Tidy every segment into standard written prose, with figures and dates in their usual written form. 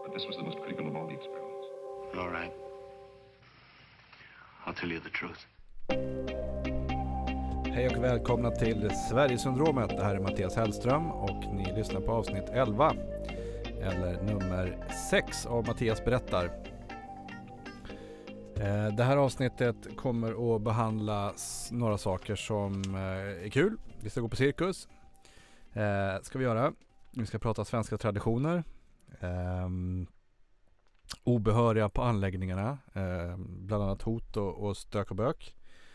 But this was the most critical of all the experiments. All right. I'll tell you the truth. Hej och välkomna till Sverigesyndromet. Det här är Mattias Hellström och ni lyssnar på avsnitt 11 eller nummer 6 av Mattias berättar. Det här avsnittet kommer att behandla några saker som är kul. Vi ska gå på cirkus. Ska vi göra. Vi ska prata svenska traditioner. Obehöriga på anläggningarna. Bland annat hot och stök och bök.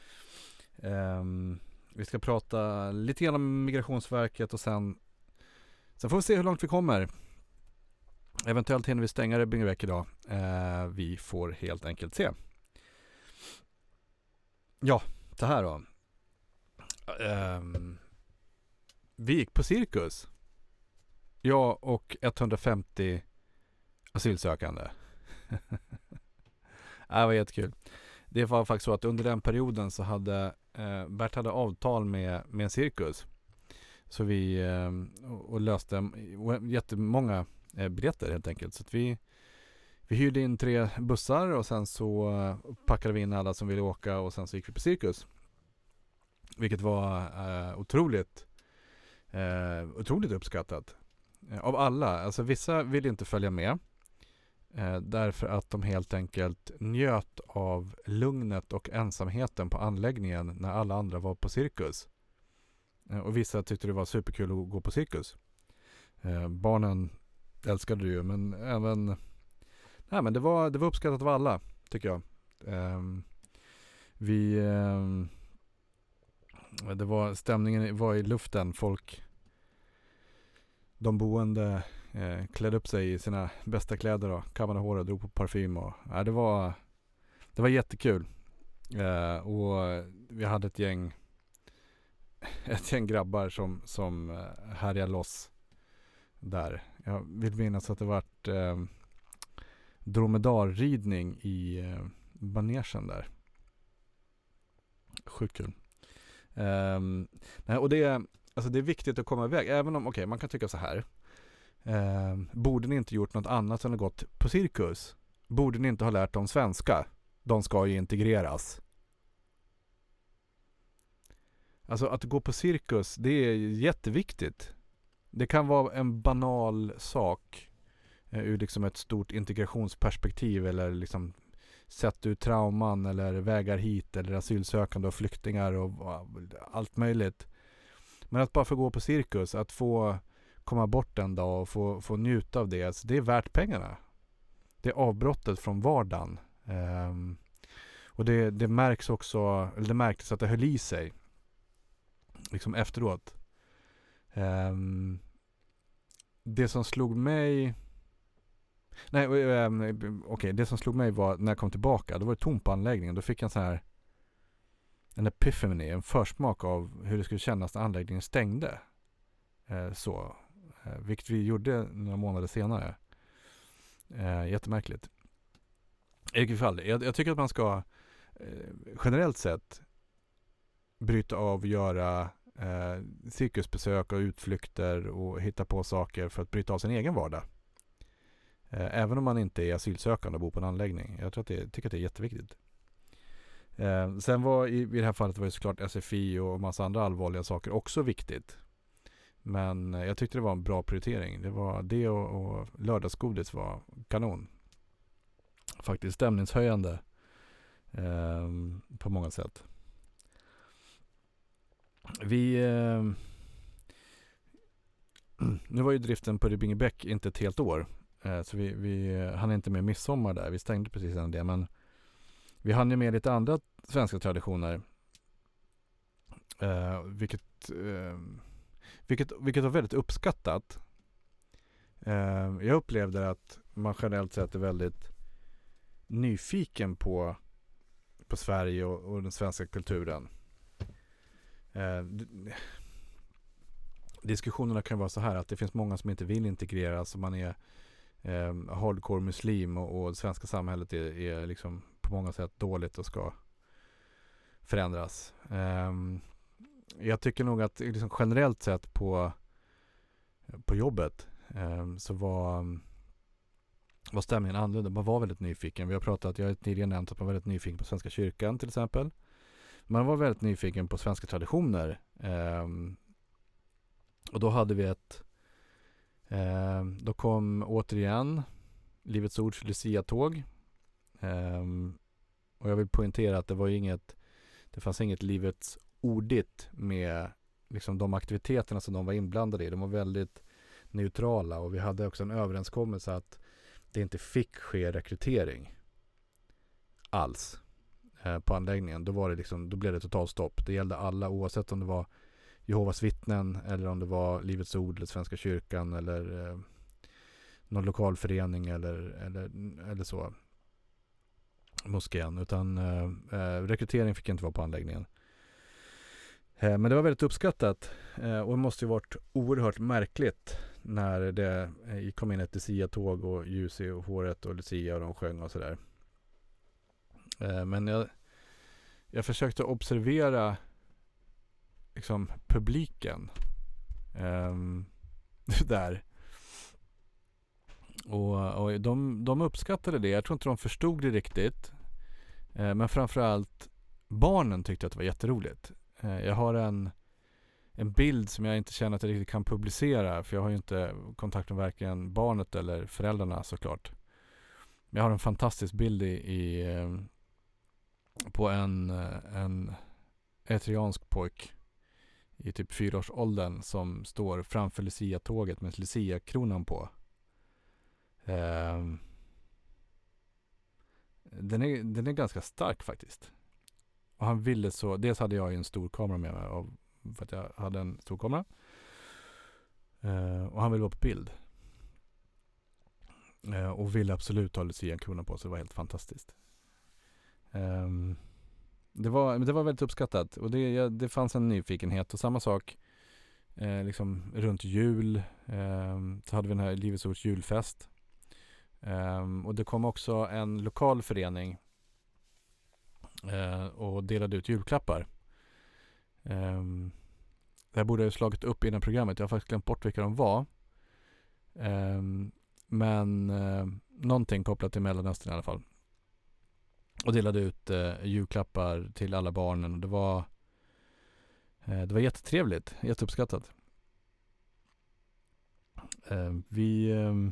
Vi ska prata lite grann om Migrationsverket och sen får vi se hur långt vi kommer. Eventuellt hinner vi stänga Rebbingeväck idag. Vi får helt enkelt se. Ja, det här då. Vi gick på cirkus. Jag och 150 asylsökande. Det var jättekul. Det var faktiskt så att under den perioden så hade Bert hade avtal med en cirkus. Så vi och löste jättemånga biljetter helt enkelt. Så att vi hyrde in 3 bussar och sen så packade vi in alla som ville åka och sen så gick vi på cirkus. Vilket var otroligt uppskattat. Av alla. Alltså vissa ville inte följa med. Därför att de helt enkelt njöt av lugnet och ensamheten på anläggningen när alla andra var på cirkus. Och vissa tyckte det var superkul att gå på cirkus. Barnen älskade det ju, men även men det var uppskattat av alla, tycker jag. Stämningen var i luften. De boende klädde upp sig i sina bästa kläder och kammade hår och drog på parfym. Och, det var jättekul. Och vi hade ett gäng grabbar som härjade loss där. Jag vill minnas att det varit dromedarridning i manegen där. Sjukt kul. Och det är viktigt att komma iväg. Även om, man kan tycka så här. Borde ni inte gjort något annat än att gått på cirkus? Borde ni inte ha lärt dem svenska? De ska ju integreras. Alltså att gå på cirkus, det är jätteviktigt. Det kan vara en banal sak ur liksom ett stort integrationsperspektiv eller liksom sett ur trauman eller vägar hit eller asylsökande och flyktingar och allt möjligt. Men att bara få gå på cirkus, att få komma bort en dag och få njuta av det, alltså det är värt pengarna. Det är avbrottet från vardagen. Och det märks också, eller det märktes att det höll i sig liksom efteråt. Det som slog mig det som slog mig var när jag kom tillbaka, då var det tomt på anläggningen. Då fick jag en epiphany, en försmak av hur det skulle kännas när anläggningen stängde. Vilket vi gjorde några månader senare. Jättemärkligt. I vilket fall, jag tycker att man ska generellt sett bryta av och göra cirkusbesök och utflykter och hitta på saker för att bryta av sin egen vardag. Även om man inte är asylsökande och bor på en anläggning. Jag tycker att det är jätteviktigt. Sen var i det här fallet var det såklart SFI och massa andra allvarliga saker också viktigt. Men jag tyckte det var en bra prioritering. Det var det och lördagsgodis var kanon. Faktiskt stämningshöjande på många sätt. Nu var ju driften på Rebbingeväck inte ett helt år. Så vi hann inte med midsommar där. Vi stängde precis innan det. Men vi hann ju med lite andra svenska traditioner. Vilket var väldigt uppskattat. Jag upplevde att man generellt sett är väldigt nyfiken på Sverige och den svenska kulturen. Diskussionerna kan vara så här att det finns många som inte vill integreras och man är hardcore muslim och det svenska samhället är liksom på många sätt dåligt och ska förändras. Jag tycker nog att liksom generellt sett på jobbet så var var stämningen annorlunda. Man var väldigt nyfiken. Jag har tidigare nämnt att man var väldigt nyfiken på Svenska kyrkan till exempel. Man var väldigt nyfiken på svenska traditioner. Och då hade vi då kom återigen Livets Ords Lucia-tåg. Och jag vill poängtera att det fanns inget Livets Ordigt med liksom de aktiviteterna som de var inblandade i. De var väldigt neutrala, och vi hade också en överenskommelse att det inte fick ske rekrytering alls på anläggningen. Då blev det totalstopp. Det gällde alla, oavsett om det var Jehovas vittnen eller om det var Livets Ord eller Svenska kyrkan eller någon lokalförening eller så, moskén, utan rekrytering fick inte vara på anläggningen. Men det var väldigt uppskattat, och det måste ju varit oerhört märkligt när det kom in ett Lucia-tåg och ljus i håret och Lucia och de sjöng och sådär. Men jag försökte observera liksom publiken där. Och de uppskattade det. Jag tror inte de förstod det riktigt. Men framförallt barnen tyckte att det var jätteroligt. Jag har en bild som jag inte känner att jag riktigt kan publicera, för jag har ju inte kontakt med varken barnet eller föräldrarna såklart. Men jag har en fantastisk bild på en eritreansk pojk i typ 4-årsåldern som står framför Lucia-tåget med Lucia-kronan på. Den är ganska stark faktiskt. Och han ville så, dels hade jag ju en stor kamera med mig för att jag hade en stor kamera. Och han ville vara på bild. Och ville absolut ha Lucia-kronan på, så det var helt fantastiskt. Det var väldigt uppskattat, och det fanns en nyfikenhet, och samma sak liksom runt jul så hade vi den här Livets Ords julfest, och det kom också en lokal förening och delade ut julklappar. Det här borde jag ha slagit upp innan programmet, jag har faktiskt glömt bort vilka de var, men någonting kopplat till Mellanöstern i alla fall. Och delade ut julklappar till alla barnen. Och det var jättetrevligt. Jätteuppskattat. Vi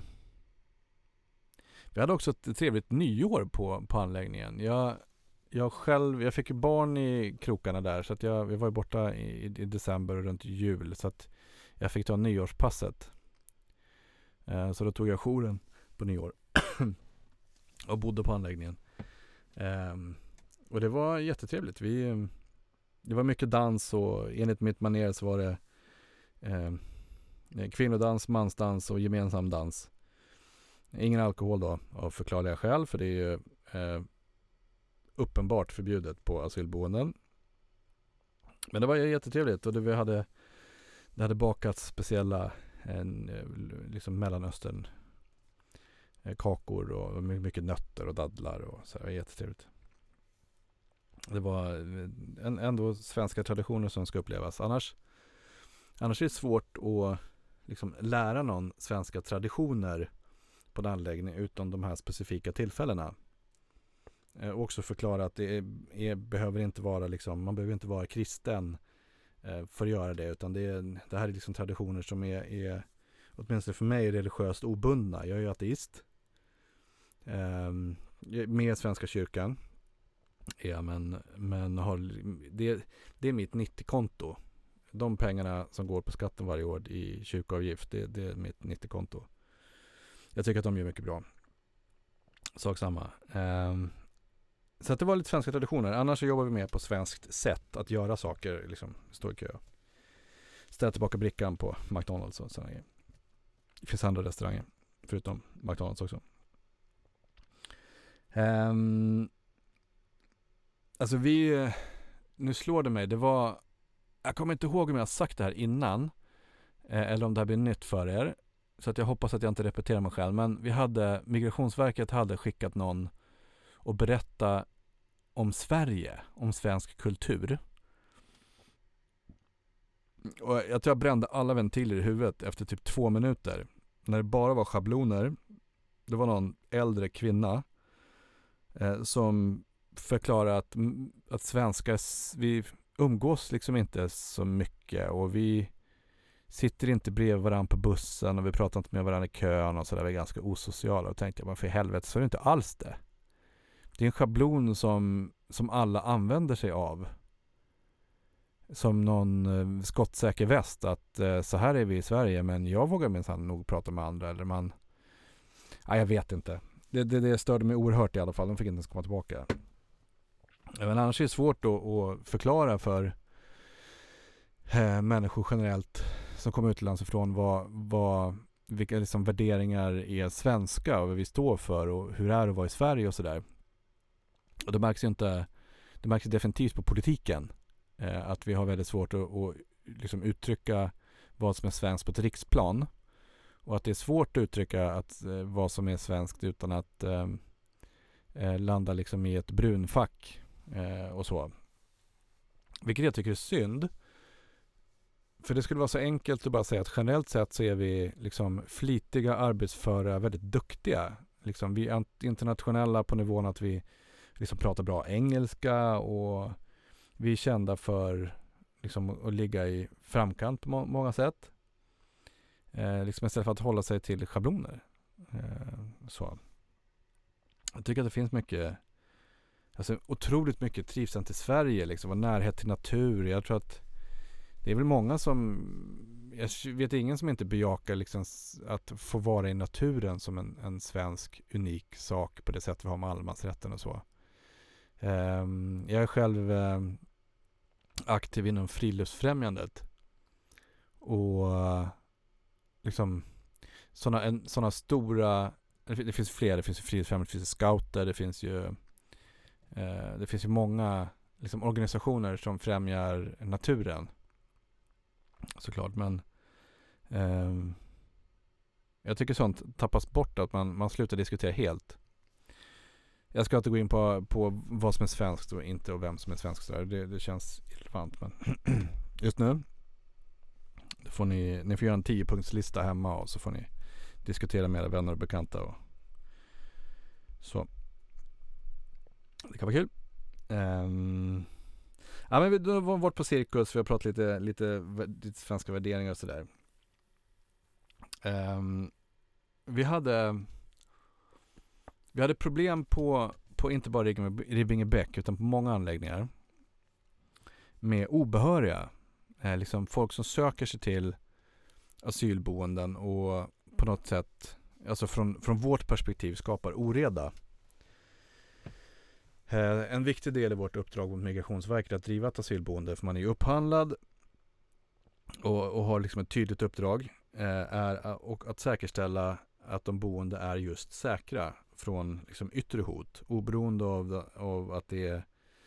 hade också ett trevligt nyår på anläggningen. Jag fick ju barn i krokarna där. Så att vi var ju borta i december och runt jul. Så att jag fick ta nyårspasset. Så då tog jag jouren på nyår. Och bodde på anläggningen. Och det var jättetrevligt. Det var mycket dans, och enligt mitt manér så var det kvinnodans, mansdans och gemensam dans. Ingen alkohol då, av förklarliga skäl, för det är ju uppenbart förbjudet på asylboenden. Men det var jättetrevligt, och det hade bakats speciella liksom Mellanöstern kakor och mycket nötter och dadlar, och så. Det var jättetrevligt. Det var ändå svenska traditioner som ska upplevas. Annars är det svårt att liksom lära någon svenska traditioner på en anläggning utan de här specifika tillfällena. Och också förklara att behöver inte vara liksom, man behöver inte vara kristen för att göra det, utan det här är liksom traditioner som är åtminstone för mig religiöst obundna. Jag är ju ateist. Med Svenska kyrkan. Ja, men det är mitt 90-konto. De pengarna som går på skatten varje år i kyrkoavgift, det är mitt 90-konto. Jag tycker att de gör mycket bra. Sak samma. Så att det var lite svenska traditioner. Annars så jobbar vi med på svenskt sätt att göra saker, liksom stå i kö. Ställa tillbaka brickan på McDonalds och sådana grejer. Det finns andra restauranger förutom McDonalds också. Alltså nu slår det mig, jag kommer inte ihåg om jag har sagt det här innan eller om det här blir nytt för er, så att jag hoppas att jag inte repeterar mig själv, men Migrationsverket hade skickat någon och berätta om Sverige, om svensk kultur. Och jag tror jag brände alla ventiler i huvudet efter typ 2 minuter. När det bara var schabloner. Det var någon äldre kvinna som förklarade att svenskar, vi umgås liksom inte så mycket och vi sitter inte bredvid varandra på bussen och vi pratar inte med varandra i kön och sådär. Vi är ganska osociala. Och tänkte jag, men för helvete så är det inte alls det. Det är en schablon som alla använder sig av. Som någon skottsäker väst. Att så här är vi i Sverige, men jag vågar minsann nog prata med andra. Eller man... Nej, jag vet inte. Det störde mig oerhört i alla fall. De fick inte ens komma tillbaka. Men annars är det svårt att förklara för människor generellt som kommer utomlands ifrån vilka liksom värderingar är svenska och vad vi står för och hur det är att vara i Sverige och sådär. Och det märks definitivt på politiken att vi har väldigt svårt att liksom uttrycka vad som är svenskt på ett riksplan och att det är svårt att uttrycka vad som är svenskt utan att landa liksom i ett brunfack och så. Vilket jag tycker är synd. För det skulle vara så enkelt att bara säga att generellt sett så är vi liksom flitiga, arbetsföra, väldigt duktiga. Liksom, vi är internationella på nivån att vi liksom pratar bra engelska och vi är kända för liksom, att ligga i framkant på många sätt. Liksom istället för att hålla sig till schabloner. Så. Jag tycker att det finns mycket, alltså otroligt mycket trivsamt i Sverige. Liksom, och närhet till natur. Jag tror att det är väl många jag vet ingen som inte bejakar liksom att få vara i naturen som en svensk unik sak på det sätt vi har med allemansrätten och så. Jag är själv aktiv inom friluftsfrämjandet och liksom såna stora, det finns fler, det finns ju friluftsfrämjandet, det finns scouter, det finns ju många liksom organisationer som främjar naturen. Såklart, men jag tycker sånt tappas bort, att man slutar diskutera helt. Jag ska inte gå in på vad som är svenskt och inte och vem som är svensk. Det känns irrelevant, men just nu får ni får göra en 10-punktslista hemma och så får ni diskutera med era vänner och bekanta och så. Det kan vara kul. Ja, men vi har varit på cirkus, vi har pratat lite svenska värderingar och sådär. Vi hade problem på inte bara Ribbingebäck utan på många anläggningar med obehöriga. Liksom folk som söker sig till asylboenden och på något sätt, alltså från vårt perspektiv, skapar oreda. En viktig del i vårt uppdrag mot Migrationsverket att driva ett asylboende, för man är ju upphandlad och har liksom ett tydligt uppdrag, är och att säkerställa att de boende är just säkra från liksom yttre hot, oberoende av att det är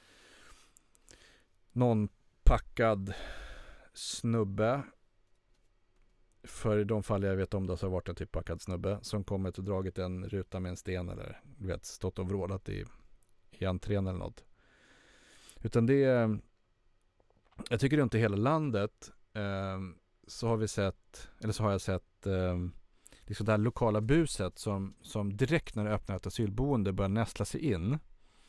någon packad snubbe, för i de fall jag vet om det så har det varit en typ packad snubbe som kommit och dragit en ruta med en sten eller du vet, stått och vrålat i entrén eller något. Utan det är, jag tycker inte i hela landet så har jag sett liksom det här lokala buset som direkt när det öppnar ett asylboende börjar nästla sig in.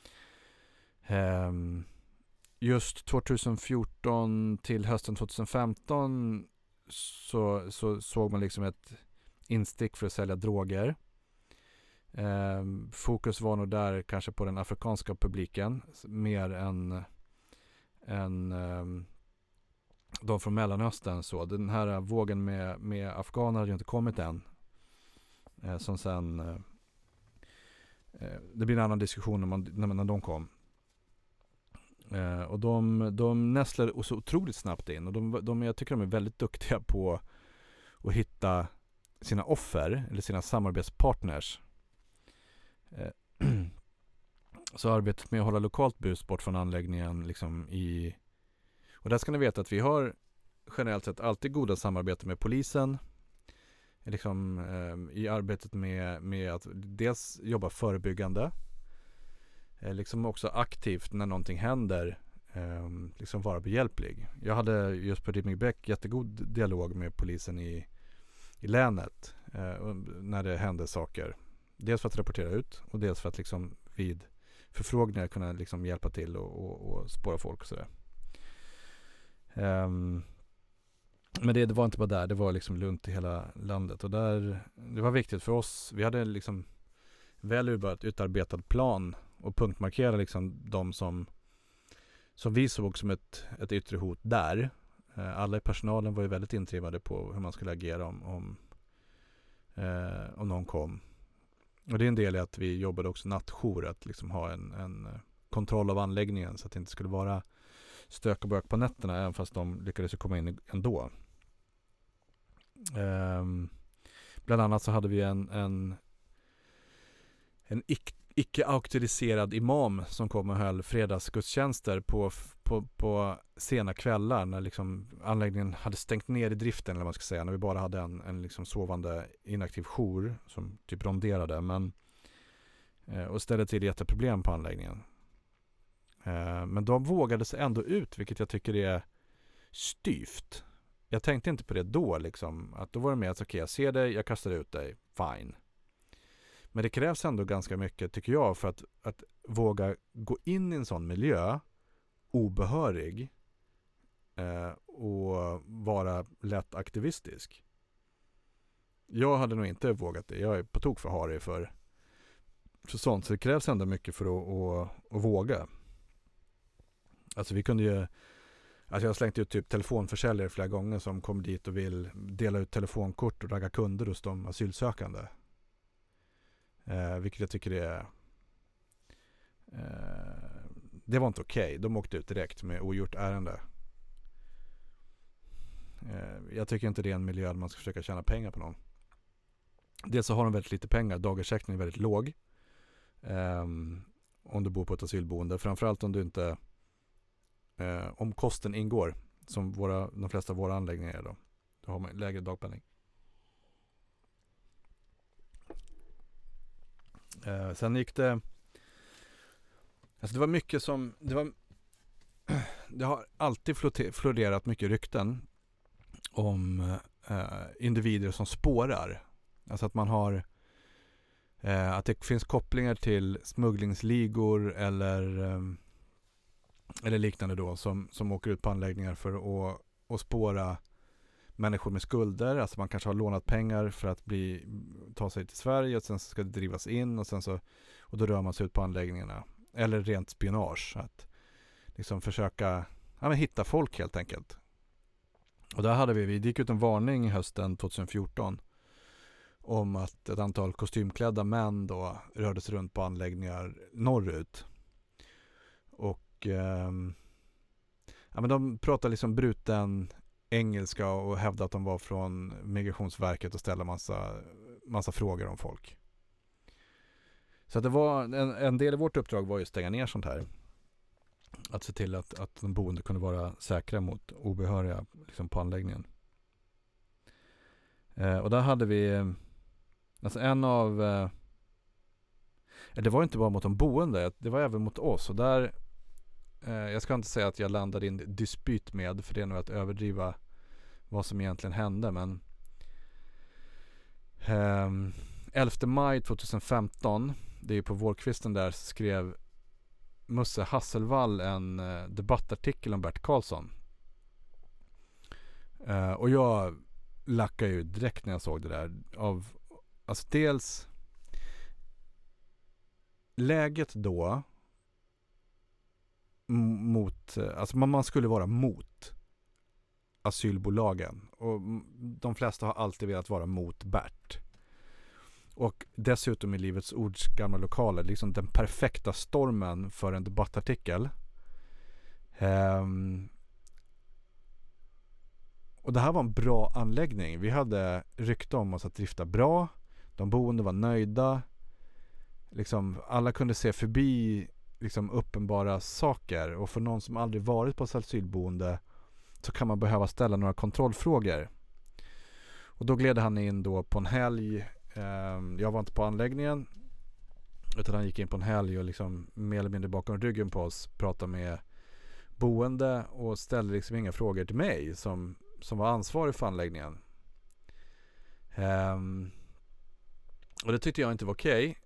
Just 2014 till hösten 2015 så såg man liksom ett instick för att sälja droger. Fokus var nog där kanske på den afrikanska publiken mer än de från Mellanöstern. Så den här vågen med afghaner hade ju inte kommit än. Som sen det blir en annan diskussion när de kom. Och de nästlar så otroligt snabbt in. Och jag tycker de är väldigt duktiga på att hitta sina offer eller sina samarbetspartners. Så arbetet med att hålla lokalt bus bort från anläggningen liksom och där ska ni veta att vi har generellt sett alltid goda samarbeten med polisen liksom, i arbetet med att dels jobba förebyggande liksom också aktivt när någonting händer liksom vara behjälplig. Jag hade just på Ribbingebäck jättegod dialog med polisen i länet när det hände saker Dels för att rapportera ut och dels för att liksom vid förfrågningar kunna liksom hjälpa till och spåra folk och sådär. Men det var inte bara där, det var liksom runt i hela landet. Och det var viktigt för oss. Vi hade liksom väl utarbetad plan och punktmarkera liksom de som vi såg som ett yttre hot där. Alla i personalen var ju väldigt intrimmade på hur man skulle agera om någon kom. Och det är en del i att vi jobbade också nattjour, att liksom ha en kontroll av anläggningen så att det inte skulle vara stök och bök på nätterna, även fast de lyckades komma in ändå. Bland annat så hade vi en icke-auktoriserad imam som kom och höll fredagsgudstjänster på sena kvällar när liksom anläggningen hade stängt ner i driften, eller vad man ska säga, när vi bara hade en liksom sovande inaktiv jour som typ ronderade, och ställde till jätteproblem på anläggningen. Men de vågade sig ändå ut, vilket jag tycker är styvt. Jag tänkte inte på det då liksom, att då var det mer att okej, jag ser dig, jag kastar ut dig, fine. Men det krävs ändå ganska mycket, tycker jag, för att våga gå in i en sån miljö obehörig och vara lätt aktivistisk. Jag hade nog inte vågat det. Jag är på tok för harig för sånt, så det krävs ändå mycket för att våga. Alltså vi kunde ju, alltså jag har slängt ut typ telefonförsäljare flera gånger som kom dit och vill dela ut telefonkort och ragga kunder hos de asylsökande. Vilket jag tycker är det var inte okej. De åkte ut direkt med ogjort ärende. Jag tycker inte det är en miljö där man ska försöka tjäna pengar på någon. Dels så har de väldigt lite pengar. Dagersättningen är väldigt låg. Om du bor på ett asylboende. Framförallt om du inte om kosten ingår, som de flesta av våra anläggningar är då har man lägre dagpenning. Sen gick det, alltså det var mycket som det har alltid florerat mycket rykten om individer som spårar. Alltså att man har att det finns kopplingar till smugglingsligor eller liknande då som åker ut på anläggningar för att spåra människor med skulder. Alltså man kanske har lånat pengar för att ta sig till Sverige och sen ska det drivas in och då rör man sig ut på anläggningarna. Eller rent spionage. Att liksom försöka hitta folk helt enkelt. Och där hade vi gick ut en varning hösten 2014 om att ett antal kostymklädda män då rörde sig runt på anläggningar norrut. Och men de pratade liksom bruten engelska och hävdade att de var från Migrationsverket och ställde massa frågor om folk. Så att det var en del i vårt uppdrag var ju att stänga ner sånt här. Att se till att de boende kunde vara säkra mot obehöriga liksom på anläggningen. Och där hade vi alltså det var inte bara mot de boende, det var även mot oss. Och där jag ska inte säga att jag landade i en dispyt med, för det är nog att överdriva vad som egentligen hände, men 11 maj 2015, det är ju på vårkvisten där, skrev Musse Hasselvall en debattartikel om Bert Karlsson. Och jag lackade ju direkt när jag såg det där. Alltså dels läget då alltså man skulle vara mot asylbolagen, och de flesta har alltid velat vara mot Bert. Och dessutom i Livets Ords gamla lokaler, liksom den perfekta stormen för en debattartikel. Och det här var en bra anläggning. Vi hade rykte om oss att drifta bra. De boende var nöjda. Liksom, alla kunde se förbi liksom uppenbara saker. Och för någon som aldrig varit på ett asylboende så kan man behöva ställa några kontrollfrågor. Och då gled han in då på en helg. Jag var inte på anläggningen, utan han gick in på en helg och liksom mer eller mindre bakom ryggen på oss pratade med boende och ställde liksom inga frågor till mig som var ansvarig för anläggningen. Och det tyckte jag inte var okej.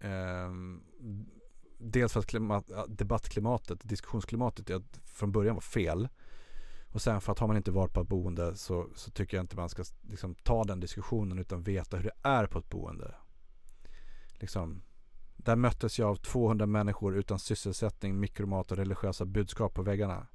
Dels för att debattklimatet, diskussionsklimatet från början var fel. Och sen för att har man inte varit på ett boende så tycker jag inte man ska liksom ta den diskussionen utan veta hur det är på ett boende. Liksom, där möttes jag av 200 människor utan sysselsättning, mikromat och religiösa budskap på väggarna.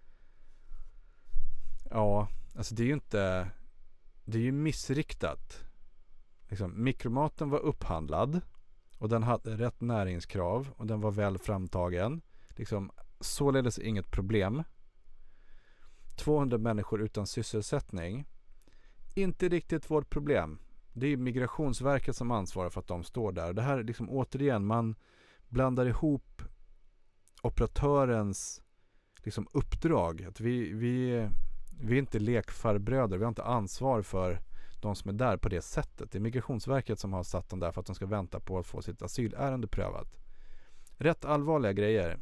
Ja, alltså det är ju missriktat. Liksom, mikromaten var upphandlad och den hade rätt näringskrav och den var väl framtagen. Liksom, således inget problem. 200 människor utan sysselsättning. Inte riktigt vårt problem. Det är Migrationsverket som ansvarar för att de står där. Det här är liksom återigen, man blandar ihop operatörens liksom uppdrag. Att vi är inte lekfarbröder. Vi har inte ansvar för de som är där på det sättet. Det är Migrationsverket som har satt dem där för att de ska vänta på att få sitt asylärende prövat. Rätt allvarliga grejer.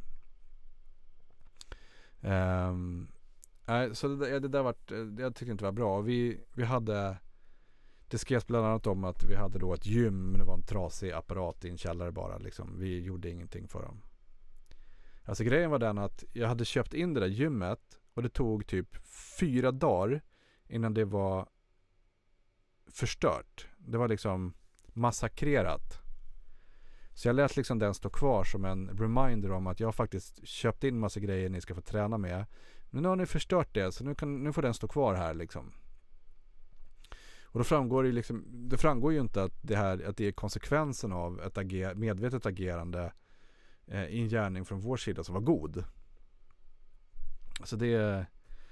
Så det där jag tycker inte var bra. Vi hade, det skrevs bland annat om att vi hade då ett gym, men det var en trasig apparat i en källare bara liksom. Vi gjorde ingenting för dem. Alltså grejen var den att jag hade köpt in det där gymmet och det tog typ 4 dagar innan det var förstört. Det var liksom massakrerat. Så jag lät liksom den stå kvar som en reminder om att jag faktiskt köpt in massa grejer ni ska få träna med. Men nu har ni förstört det, så nu får den stå kvar här liksom. Och då framgår det liksom, det framgår ju inte att det är konsekvensen av ett medvetet agerande i en gärning från vår sida som var god. Alltså det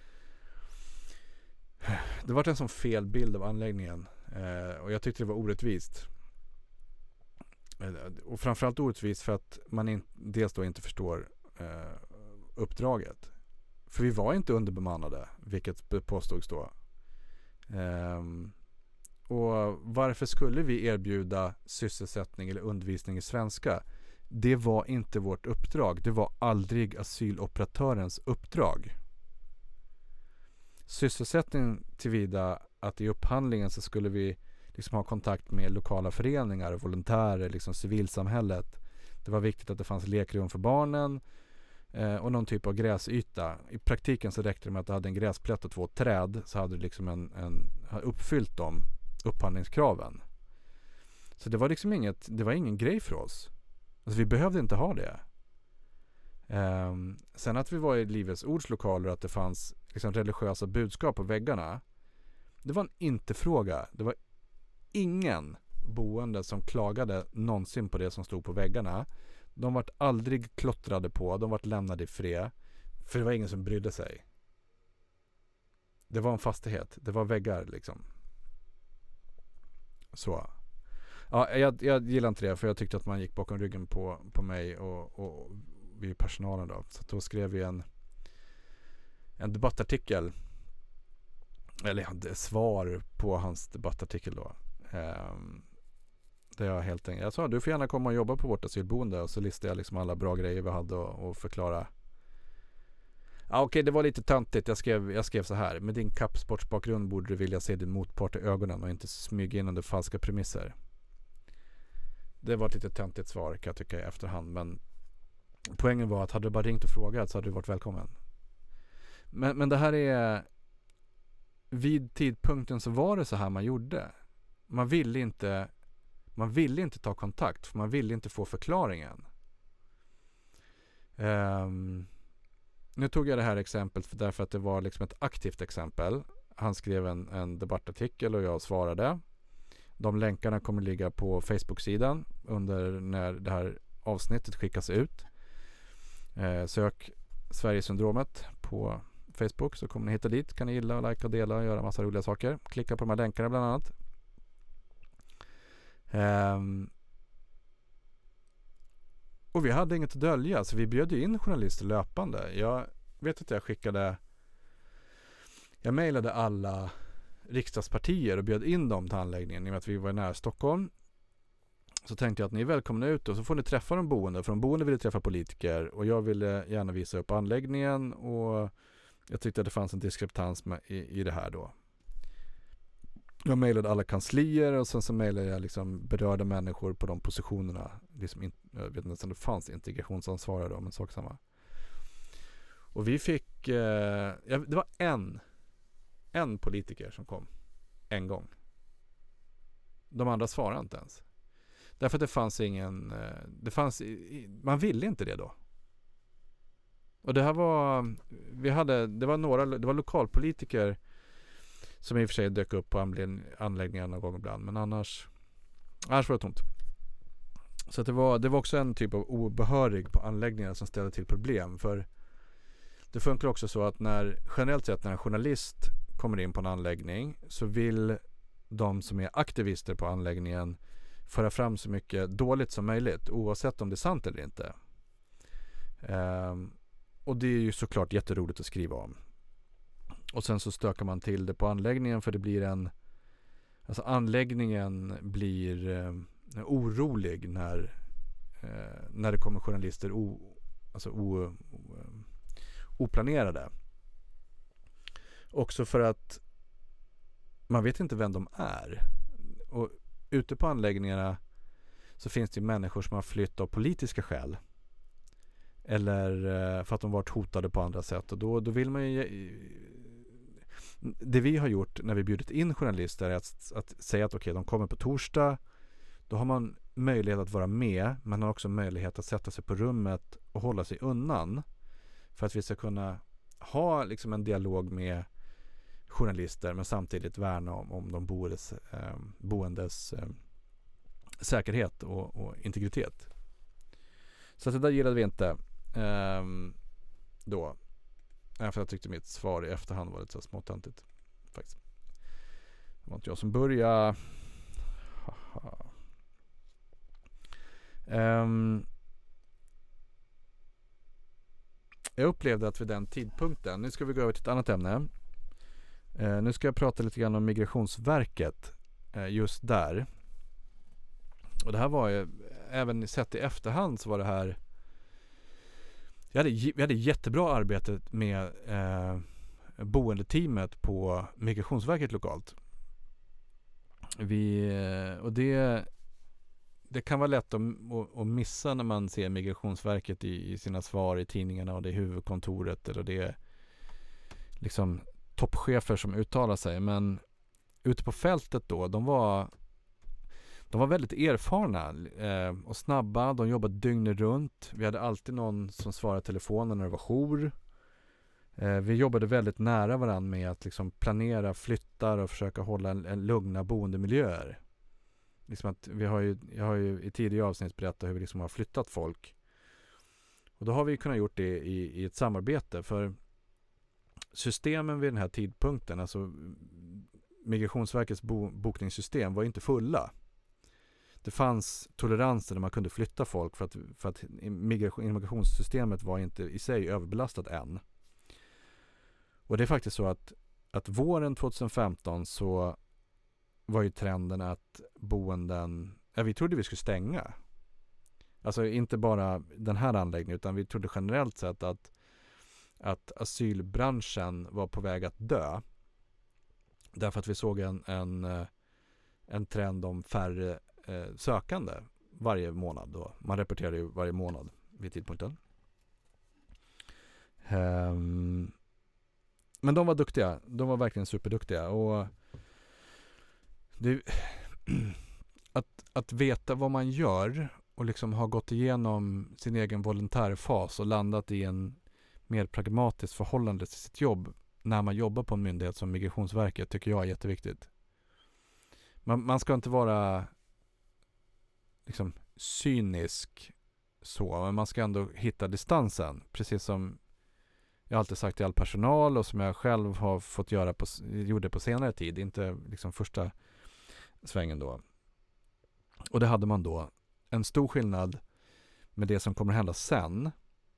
var en sån fel bild av anläggningen och jag tyckte det var orättvist. Och framförallt orättvist för att man dels då inte förstår uppdraget. För vi var inte underbemannade, vilket påstods då. Och varför skulle vi erbjuda sysselsättning eller undervisning i svenska? Det var inte vårt uppdrag. Det var aldrig asyloperatörens uppdrag. Sysselsättning tillvida att i upphandlingen så skulle vi liksom ha kontakt med lokala föreningar, volontärer, liksom civilsamhället. Det var viktigt att det fanns lekrum för barnen och någon typ av gräsyta. I praktiken så räckte det med att det hade en gräsplätt och 2 träd, så hade det liksom uppfyllt de upphandlingskraven. Så det var liksom det var ingen grej för oss. Alltså vi behövde inte ha det. Sen att vi var i Livets Ords lokaler och att det fanns liksom religiösa budskap på väggarna, det var en inte-fråga. Det var ingen boende som klagade någonsin på det som stod på väggarna. De vart aldrig klottrade på, de vart lämnade i fred, för det var ingen som brydde sig. Det var en fastighet, det var väggar liksom. Så. Ja, jag gillar inte det, för jag tyckte att man gick bakom ryggen på mig och vi personalen då. Så då skrev vi en debattartikel, eller svar på hans debattartikel då. Där jag helt enkelt, jag sa du får gärna komma och jobba på vårt asylboende, och så listade jag liksom alla bra grejer vi hade och förklara. Ja, okej, det var lite töntigt. Jag skrev så här: med din kappsportsbakgrund borde du vilja se din motpart i ögonen och inte smyga in under falska premisser. Det var ett lite töntigt svar kan jag tycka i efterhand, men poängen var att hade du bara ringt och frågat så hade du varit välkommen. Men det här är, vid tidpunkten så var det så här man gjorde. Man ville inte ta kontakt, för man ville inte få förklaringen. Nu tog jag det här exemplet därför att det var liksom ett aktivt exempel. Han skrev en debattartikel och jag svarade. De länkarna kommer ligga på Facebook-sidan under när det här avsnittet skickas ut. Sök Sverigesyndromet på Facebook så kommer ni hitta dit. Kan ni gilla, likea och dela och göra massa roliga saker. Klicka på de här länkarna bland annat. Och vi hade inget att dölja, så vi bjöd in journalister löpande. Jag vet att jag mejlade alla riksdagspartier och bjöd in dem till anläggningen i och med att vi var nära Stockholm. Så tänkte jag att ni är välkomna ut och så får ni träffa de boende, för de boende ville träffa politiker och jag ville gärna visa upp anläggningen, och jag tyckte att det fanns en diskreptans i det här då. Jag mejlade alla kanslier och sen så mejlade jag liksom berörda människor på de positionerna. Liksom jag vet inte om det fanns integrationsansvariga då, men sak samma. Och vi fick, det var en politiker som kom en gång. De andra svarade inte ens. Därför att det fanns ingen, man ville inte det då. Och det här var, det var lokalpolitiker som i och för sig dök upp på anläggningar någon gång ibland, men annars var det tomt. Så att det var också en typ av obehörig på anläggningar som ställde till problem, för det funkar också så att generellt sett när en journalist kommer in på en anläggning så vill de som är aktivister på anläggningen föra fram så mycket dåligt som möjligt, oavsett om det är sant eller inte. Och det är ju såklart jätteroligt att skriva om. Och sen så stökar man till det på anläggningen, för det blir anläggningen blir orolig när det kommer journalister oplanerade. Också för att man vet inte vem de är. Och ute på anläggningarna så finns det människor som har flytt av politiska skäl. Eller för att de varit hotade på andra sätt. Och då vill man ju... Det vi har gjort när vi bjudit in journalister är att säga att okej, de kommer på torsdag. Då har man möjlighet att vara med. Man har också möjlighet att sätta sig på rummet och hålla sig undan. För att vi ska kunna ha liksom en dialog med journalister, men samtidigt värna om de boendes säkerhet och integritet. Så att det där gillade vi inte då. För jag tyckte mitt svar i efterhand var lite så småtöntigt faktiskt. Det var inte jag som började. Jag upplevde att vid den tidpunkten, nu ska vi gå över till ett annat ämne. Nu ska jag prata lite grann om Migrationsverket just där. Och det här var ju, även sett i efterhand så var det här, vi hade jättebra arbete med boendeteamet på Migrationsverket lokalt. Och det kan vara lätt att missa när man ser Migrationsverket i sina svar i tidningarna, och det är huvudkontoret eller det är liksom toppchefer som uttalar sig. Men ute på fältet då, de var väldigt erfarna och snabba. De jobbade dygnet runt. Vi hade alltid någon som svarade telefonen när det var jour. Vi jobbade väldigt nära varandra med att liksom planera flyttar och försöka hålla en lugna boendemiljöer. Liksom att jag har ju i tidigare avsnitt berättat hur vi liksom har flyttat folk. Och då har vi kunnat gjort det i ett samarbete, för systemen vid den här tidpunkten, alltså Migrationsverkets bokningssystem var inte fulla. Det fanns toleranser där man kunde flytta folk för att immigrationssystemet var inte i sig överbelastat än. Och det är faktiskt så att våren 2015 så var ju trenden att vi trodde vi skulle stänga. Alltså inte bara den här anläggningen, utan vi trodde generellt sett att asylbranschen var på väg att dö. Därför att vi såg en trend om färre sökande varje månad då. Man rapporterade ju varje månad vid tidpunkten. Men de var duktiga. De var verkligen superduktiga. Och att veta vad man gör och liksom ha gått igenom sin egen volontärfas och landat i en mer pragmatiskt förhållande till sitt jobb när man jobbar på en myndighet som Migrationsverket tycker jag är jätteviktigt. Man ska inte vara liksom cynisk så, men man ska ändå hitta distansen, precis som jag alltid sagt till all personal och som jag själv har fått gjorde på senare tid, inte liksom första svängen då. Och det hade man då. En stor skillnad med det som kommer hända sen.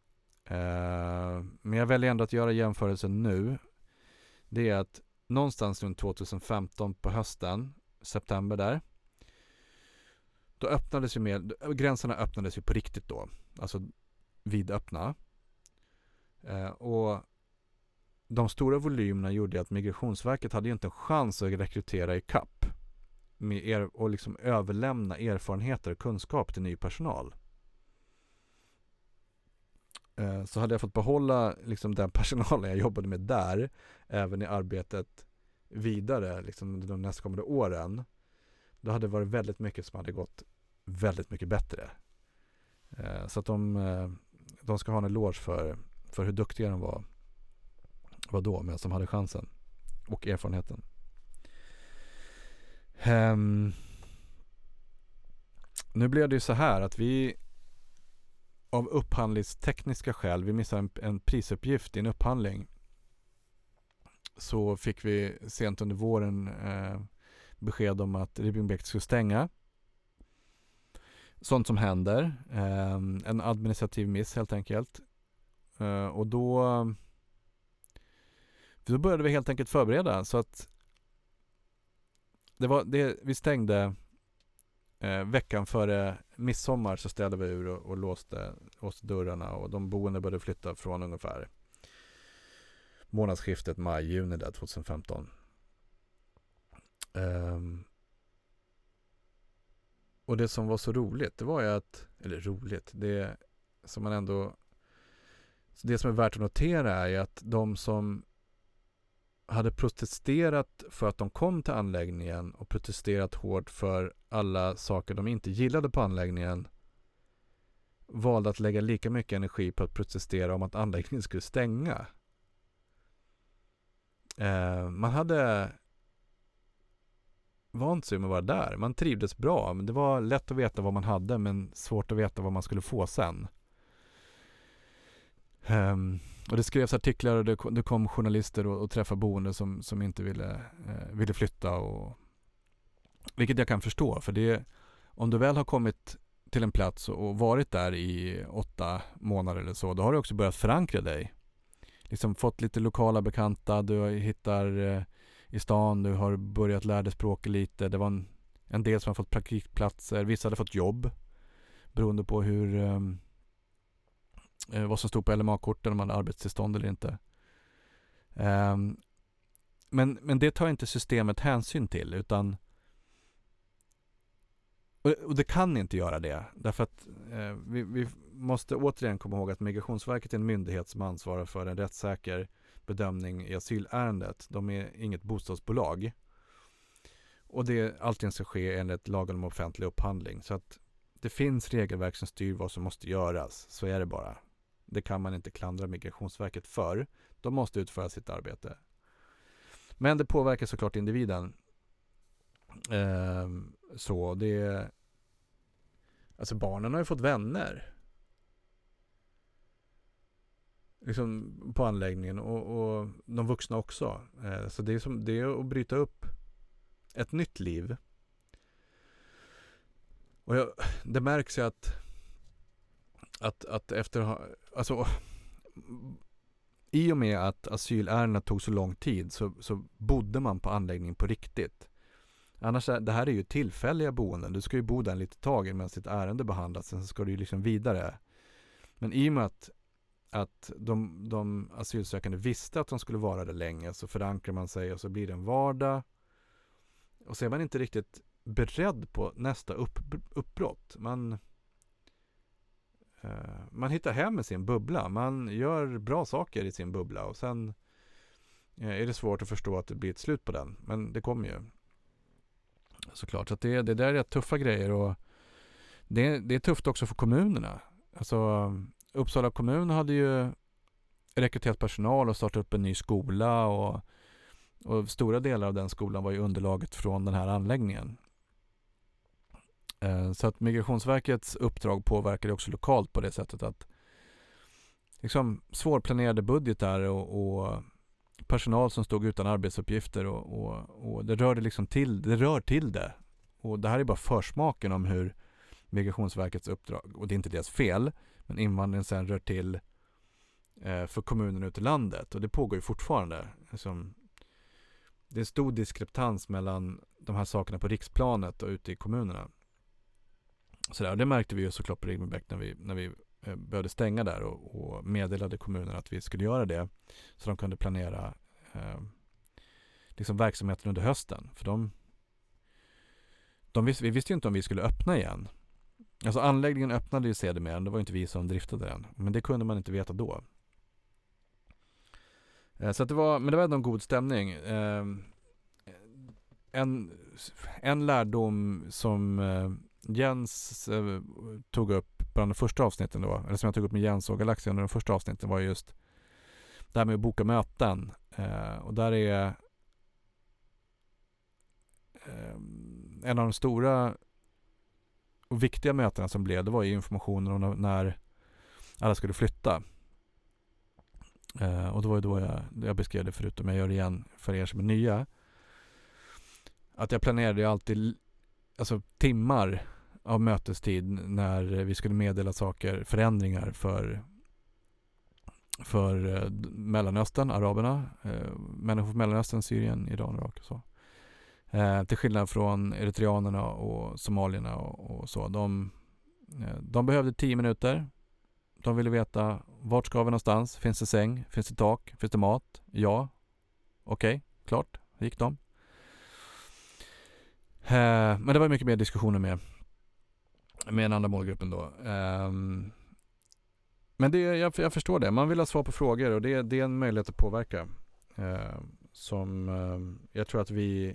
Men jag väljer ändå att göra jämförelsen nu. Det är att någonstans runt 2015 på hösten, september där, då öppnades ju gränserna öppnades ju på riktigt då. Alltså vidöppna. Och de stora volymerna gjorde att Migrationsverket hade ju inte en chans att rekrytera i kapp och liksom överlämna erfarenheter och kunskap till ny personal. Så hade jag fått behålla liksom den personalen jag jobbade med där även i arbetet vidare liksom de nästkommande åren, då hade det varit väldigt mycket som hade gått väldigt mycket bättre. Så att de ska ha en eloge för hur duktiga de var då, men som hade chansen och erfarenheten. Nu blev det ju så här att vi av upphandlingstekniska skäl, vi missade en prisuppgift i en upphandling, så fick vi sent under våren besked om att Ribbingbäck skulle stänga. Sånt som händer. En administrativ miss helt enkelt. Och då började vi helt enkelt förbereda, så att vi stängde veckan före midsommar, så ställde vi ur och låste dörrarna, och de boende började flytta från ungefär månadsskiftet maj-juni där 2015. Och det som var så roligt, det var ju det som är värt att notera är ju att de som hade protesterat för att de kom till anläggningen och protesterat hårt för alla saker de inte gillade på anläggningen, valde att lägga lika mycket energi på att protestera om att anläggningen skulle stänga. Man hade vant sig med att vara där. Man trivdes bra, men det var lätt att veta vad man hade, men svårt att veta vad man skulle få sen. Och det skrevs artiklar och det kom journalister och träffade boende som inte ville flytta, vilket jag kan förstå, för om du väl har kommit till en plats och varit där i 8 månader eller så, då har du också börjat förankra dig. Liksom fått lite lokala bekanta, du hittar i stan, du har börjat lära dig språket lite. Det var en del som har fått praktikplatser, vissa hade fått jobb beroende på vad som stod på LMA-korten, om man hade arbetstillstånd eller inte. Men det tar inte systemet hänsyn till, utan och det kan inte göra det, därför att vi måste återigen komma ihåg att Migrationsverket är en myndighet som ansvarar för en rättssäker bedömning i asylärendet. De är inget bostadsbolag. Och allting ska ske enligt lagen om offentlig upphandling. Så att det finns regelverk som styr vad som måste göras. Så är det bara. Det kan man inte klandra Migrationsverket för. De måste utföra sitt arbete. Men det påverkar såklart individen. Alltså barnen har ju fått vänner. Liksom på anläggningen och de vuxna också. Så det är att bryta upp ett nytt liv. Och det märks ju att efter i och med att asylärendena tog så lång tid så bodde man på anläggningen på riktigt. Annars det här är ju tillfälliga boenden. Du ska ju bo där en litet tag medan sitt ärende behandlas, sen ska du ju liksom vidare. Men i och med att de asylsökande visste att de skulle vara där länge, så förankrar man sig och så blir det en vardag. Och så är man inte riktigt beredd på nästa uppbrott. Man hittar hem i sin bubbla. Man gör bra saker i sin bubbla, och sen är det svårt att förstå att det blir ett slut på den. Men det kommer ju. Såklart. Så att det där är tuffa grejer, och det är tufft också för kommunerna. Alltså Uppsala kommun hade ju rekryterat personal och startat upp en ny skola, och stora delar av den skolan var ju underlaget från den här anläggningen. Så att Migrationsverkets uppdrag påverkade också lokalt på det sättet att liksom svårplanerade budgetar och personal som stod utan arbetsuppgifter och det rör till det. Och det här är bara försmaken om hur Migrationsverkets uppdrag, och det är inte deras fel, men invandringen sen rör till för kommunerna ute i landet, och det pågår ju fortfarande. Liksom, det är en stor diskrepans mellan de här sakerna på riksplanet och ute i kommunerna. Och det märkte vi ju såklart på Ribbingbäck när vi behövde stänga där och meddelade kommunen att vi skulle göra det så de kunde planera liksom verksamheten under hösten. För vi visste ju inte om vi skulle öppna igen. Alltså anläggningen öppnade ju sedermera, det var ju inte vi som driftade den. Men det kunde man inte veta då. Så att det var ändå en god stämning. En lärdom som Jens tog upp bland de första avsnitten då, eller som jag tog upp med Jens och Galaxy under de första avsnitten, var just det här med att boka möten. Och där är en av de stora och viktiga mötena som blev, det var ju informationen om när alla skulle flytta. Och det var ju då jag beskrev det förut, om jag gör det igen för er som är nya. Att jag planerade ju alltid alltså timmar av mötestid när vi skulle meddela saker, förändringar för Mellanöstern, araberna, människor från Mellanöstern, Syrien, Iran, Irak och så. Till skillnad från eritreanerna och somalierna och så. De behövde 10 minuter. De ville veta, vart ska vi någonstans? Finns det säng? Finns det tak? Finns det mat? Ja. Okej, klart. Det gick de. Men det var mycket mer diskussioner med den andra målgruppen då. Men jag förstår det. Man vill ha svar på frågor och det är en möjlighet att påverka. Som jag tror att vi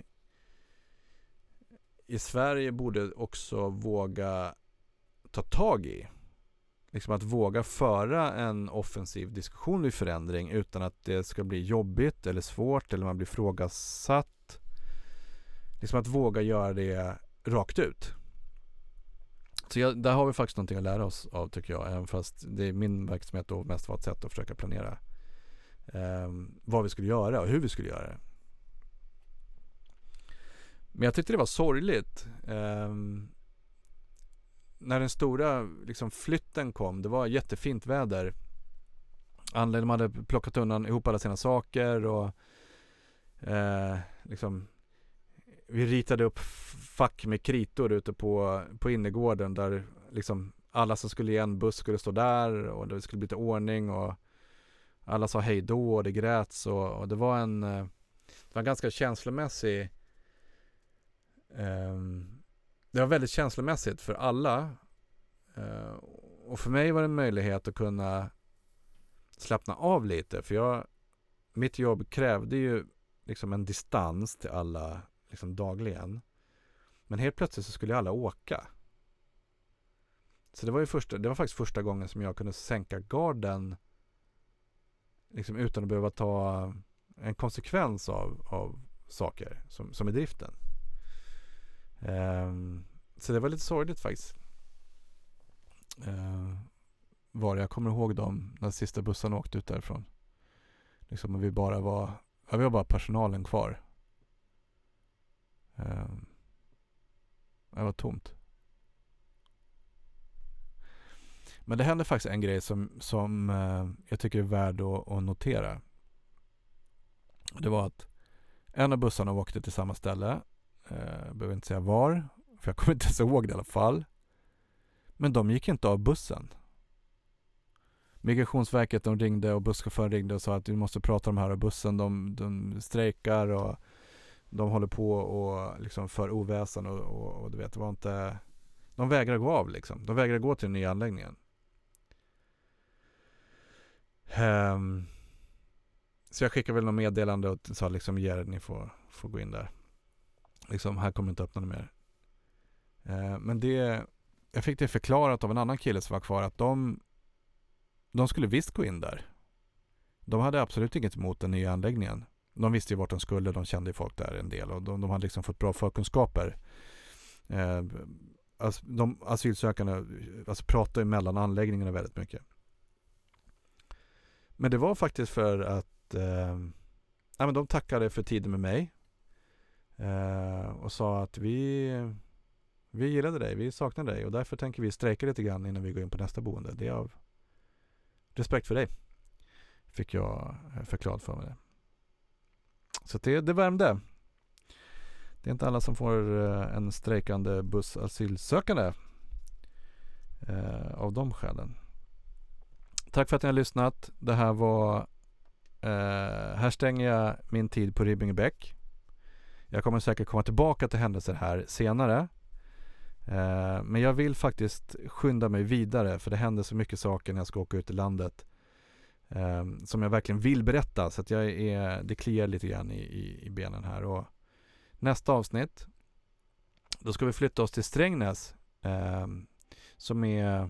i Sverige borde också våga ta tag i. Liksom att våga föra en offensiv diskussion vid förändring utan att det ska bli jobbigt eller svårt eller man blir frågasatt. Liksom att våga göra det rakt ut. Så där har vi faktiskt någonting att lära oss av, tycker jag. Även fast det är min verksamhet då mest var ett sätt att försöka planera vad vi skulle göra och hur vi skulle göra det. Men jag tyckte det var sorgligt. När den stora liksom, flytten kom, det var jättefint väder. De hade plockat undan ihop alla sina saker och liksom vi ritade upp fack med kritor ute på innergården där liksom alla som skulle i en buss skulle stå där och det skulle bli lite ordning och alla sa hej då och det gräts och det var en ganska känslomässig det var väldigt känslomässigt för alla och för mig var det en möjlighet att kunna slappna av lite för mitt jobb krävde ju liksom en distans till alla liksom dagligen. Men helt plötsligt så skulle alla åka. Så det var faktiskt första gången som jag kunde sänka garden liksom utan att behöva ta en konsekvens av saker som är driften. Så det var lite sorgligt faktiskt. Jag kommer ihåg när sista bussen åkte ut därifrån. Liksom vi var bara personalen kvar. Det var tomt. Men det hände faktiskt en grej som jag tycker är värd att notera. Det var att en av bussarna åkte till samma ställe. Jag behöver inte säga var, för jag kommer inte ens ihåg det i alla fall. Men de gick inte av bussen. Migrationsverket, de ringde och busschauffören ringde och sa att vi måste prata om här av bussen. De strejkar och de håller på och liksom för oväsen och du vet, det var inte... De vägrar gå av liksom. De vägrar gå till den nya anläggningen. Så jag skickade väl något meddelande och sa liksom, ni får gå in där. Liksom, här kommer inte öppna det mer. Men jag fick det förklarat av en annan kille som var kvar att de skulle visst gå in där. De hade absolut inget emot den nya anläggningen. De visste ju vart de skulle, de kände ju folk där en del och de hade liksom fått bra förkunskaper. De asylsökande pratar ju mellan anläggningarna väldigt mycket. Men det var faktiskt för att men de tackade för tiden med mig och sa att vi gillade dig, vi saknar dig och därför tänker vi strejka lite grann innan vi går in på nästa boende. Det är av respekt för dig, fick jag förklarat för mig det. Så det värmde. Det är inte alla som får en strejkande bussasylsökande av de skälen. Tack för att ni har lyssnat. Det här var här stänger jag min tid på Ribbingebäck. Jag kommer säkert komma tillbaka till händelser här senare. Men jag vill faktiskt skynda mig vidare, för det händer så mycket saker när jag ska åka ut i landet som jag verkligen vill berätta, så att det kliar lite grann i benen här. Och nästa avsnitt, då ska vi flytta oss till Strängnäs som är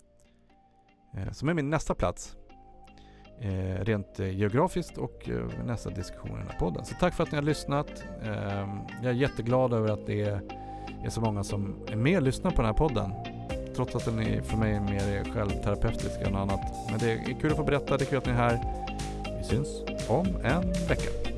min nästa plats rent geografiskt och nästa diskussion i den här podden. Så tack för att ni har lyssnat. Jag är jätteglad över att det är så många som är med och lyssnar på den här podden, trots att den är för mig mer självterapeutisk än något annat. Men det är kul att få berätta, det är kul att ni är här. Vi syns om en vecka.